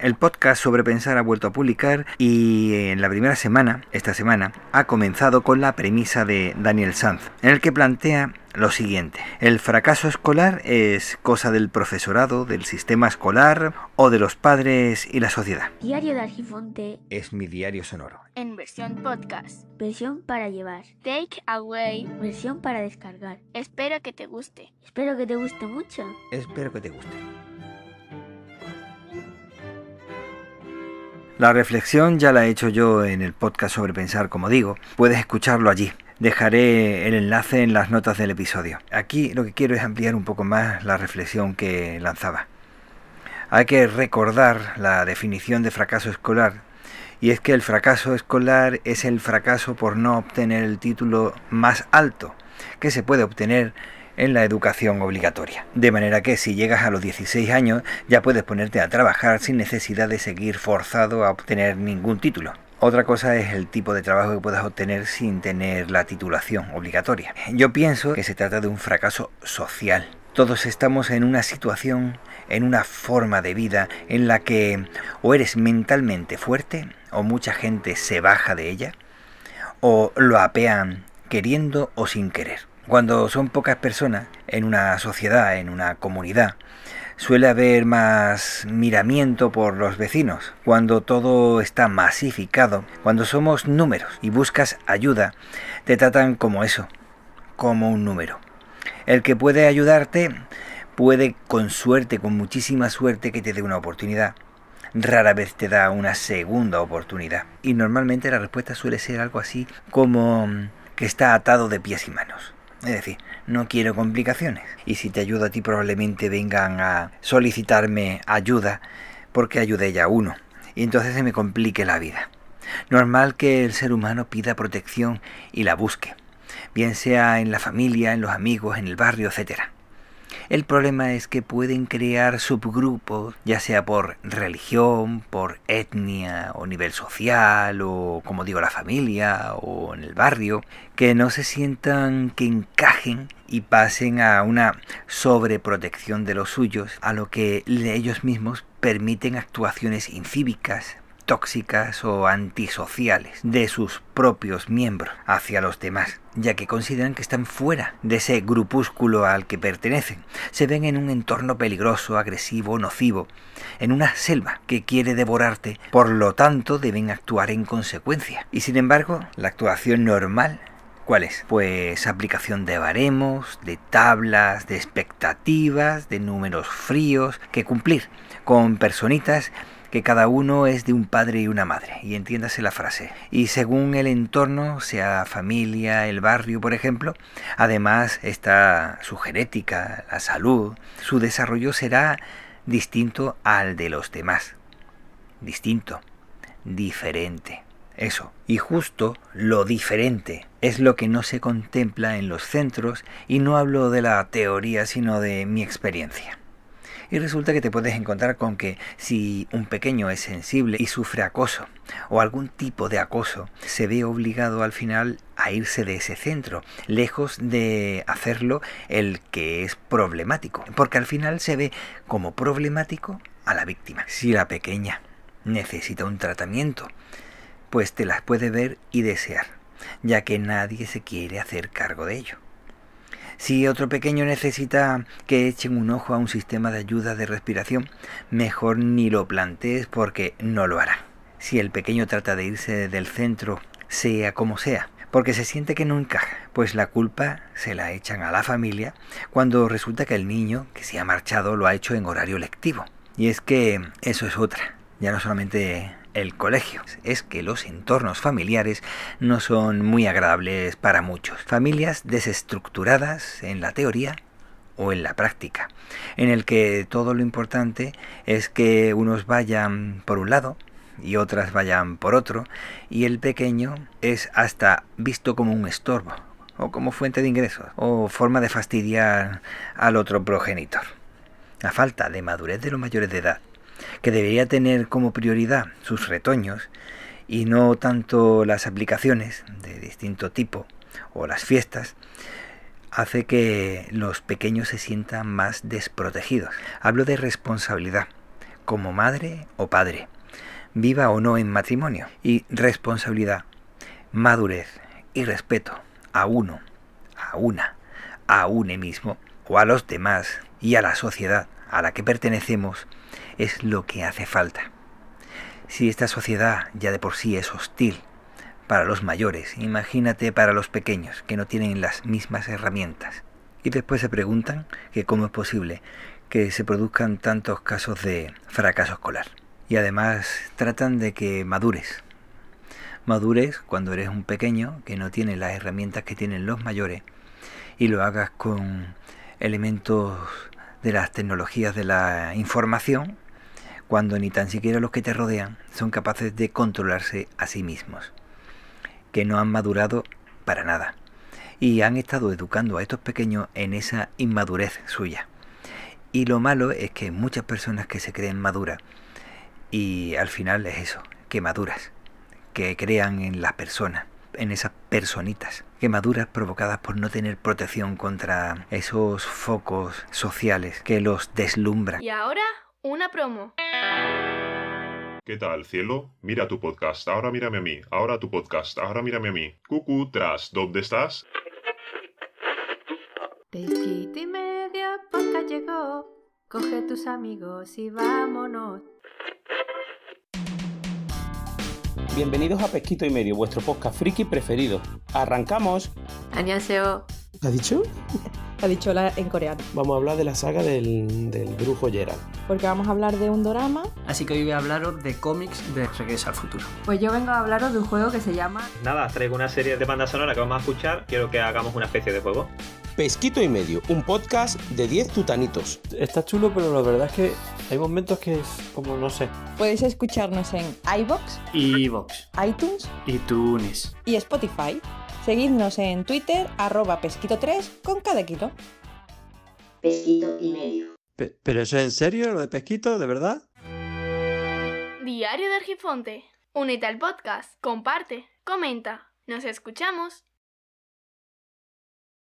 El podcast Sobrepensar ha vuelto a publicar y en la primera semana, esta semana, ha comenzado con la premisa de Daniel Sanz, en el que plantea lo siguiente: el fracaso escolar es cosa del profesorado, del sistema escolar o de los padres y la sociedad. Diario de Argifonte es mi diario sonoro. En versión podcast. Versión para llevar. Take away. Versión para descargar. Espero que te guste. Espero que te guste mucho. Espero que te guste. La reflexión ya la he hecho yo en el podcast Sobrepensar, como digo. Puedes escucharlo allí. Dejaré el enlace en las notas del episodio. Aquí lo que quiero es ampliar un poco más la reflexión que lanzaba. Hay que recordar la definición de fracaso escolar, y es que el fracaso escolar es el fracaso por no obtener el título más alto que se puede obtener en la educación obligatoria. De manera que si llegas a los 16 años ya puedes ponerte a trabajar sin necesidad de seguir forzado a obtener ningún título. Otra cosa es el tipo de trabajo que puedas obtener sin tener la titulación obligatoria. Yo pienso que se trata de un fracaso social. Todos estamos en una situación, en una forma de vida en la que o eres mentalmente fuerte, o mucha gente se baja de ella, o lo apean queriendo o sin querer. Cuando son pocas personas en una sociedad, en una comunidad, suele haber más miramiento por los vecinos. Cuando todo está masificado, cuando somos números y buscas ayuda, te tratan como eso, como un número. El que puede ayudarte puede, con suerte, con muchísima suerte, que te dé una oportunidad. Rara vez te da una segunda oportunidad. Y normalmente la respuesta suele ser algo así como que está atado de pies y manos. Es decir, no quiero complicaciones. Y si te ayudo a ti, probablemente vengan a solicitarme ayuda porque ayudé ya a uno. Y entonces se me complique la vida. Normal que el ser humano pida protección y la busque. Bien sea en la familia, en los amigos, en el barrio, etc. El problema es que pueden crear subgrupos, ya sea por religión, por etnia o nivel social, o como digo, la familia o en el barrio, que no se sientan que encajen y pasen a una sobreprotección de los suyos, a lo que ellos mismos permiten actuaciones incívicas, tóxicas o antisociales de sus propios miembros hacia los demás, ya que consideran que están fuera de ese grupúsculo al que pertenecen. Se ven en un entorno peligroso, agresivo, nocivo, en una selva que quiere devorarte, por lo tanto deben actuar en consecuencia. Y sin embargo, la actuación normal, ¿cuál es? Pues aplicación de baremos, de tablas, de expectativas, de números fríos que cumplir con personitas que cada uno es de un padre y una madre, y entiéndase la frase. Y según el entorno, sea familia, el barrio, por ejemplo, además está su genética, la salud, su desarrollo será distinto al de los demás. Distinto, diferente. Eso. Y justo lo diferente es lo que no se contempla en los centros, y no hablo de la teoría, sino de mi experiencia. Y resulta que te puedes encontrar con que si un pequeño es sensible y sufre acoso o algún tipo de acoso, se ve obligado al final a irse de ese centro, lejos de hacerlo el que es problemático, porque al final se ve como problemático a la víctima. Si la pequeña necesita un tratamiento, pues te las puede ver y desear, ya que nadie se quiere hacer cargo de ello. Si otro pequeño necesita que echen un ojo a un sistema de ayuda de respiración, mejor ni lo plantees porque no lo hará. Si el pequeño trata de irse del centro, sea como sea, porque se siente que no encaja, pues la culpa se la echan a la familia cuando resulta que el niño que se ha marchado lo ha hecho en horario lectivo. Y es que eso es otra, ya no solamente el colegio, es que los entornos familiares no son muy agradables para muchos. Familias desestructuradas en la teoría o en la práctica, en el que todo lo importante es que unos vayan por un lado y otras vayan por otro, y el pequeño es hasta visto como un estorbo, o como fuente de ingresos, o forma de fastidiar al otro progenitor. La falta de madurez de los mayores de edad, que debería tener como prioridad sus retoños y no tanto las aplicaciones de distinto tipo o las fiestas, hace que los pequeños se sientan más desprotegidos. Hablo de responsabilidad, como madre o padre, viva o no en matrimonio, y responsabilidad, madurez y respeto a uno, a una, a uno mismo o a los demás y a la sociedad a la que pertenecemos es lo que hace falta. Si esta sociedad ya de por sí es hostil para los mayores, imagínate para los pequeños que no tienen las mismas herramientas. Y después se preguntan que cómo es posible que se produzcan tantos casos de fracaso escolar. Y además tratan de que madures. Madures cuando eres un pequeño que no tiene las herramientas que tienen los mayores y lo hagas con elementos de las tecnologías de la información cuando ni tan siquiera los que te rodean son capaces de controlarse a sí mismos, que no han madurado para nada y han estado educando a estos pequeños en esa inmadurez suya. Y lo malo es que hay muchas personas que se creen maduras y al final es eso, que maduras, que crean en las personas, en esas personitas, que maduras provocadas por no tener protección contra esos focos sociales que los deslumbran. Y ahora, una promo. ¿Qué tal, cielo? Mira tu podcast, ahora mírame a mí. Ahora tu podcast, ahora mírame a mí. Cucú, tras, ¿dónde estás? Pesquito y medio, podcast llegó. Coge tus amigos y vámonos. Bienvenidos a Pesquito y Medio, vuestro podcast friki preferido. ¡Arrancamos! 안녕하세요. ¿Ha dicho? Ha dicho en coreano. Vamos a hablar de la saga del brujo Geralt. Porque vamos a hablar de un dorama. Así que hoy voy a hablaros de cómics de Regreso al Futuro. Pues yo vengo a hablaros de un juego que se llama... Nada, traigo una serie de banda sonora que vamos a escuchar. Quiero que hagamos una especie de juego. Pesquito y Medio, un podcast de 10 tutanitos. Está chulo, pero la verdad es que hay momentos que es como, no sé. Podéis escucharnos en iVoox, iVoox, iTunes y Tunes y Spotify. Seguidnos en Twitter, @pesquito3 con cada kilo. Pesquito y medio. ¿Pero eso es en serio, lo de pesquito, de verdad? Diario de Argifonte. Únete al podcast, comparte, comenta. Nos escuchamos.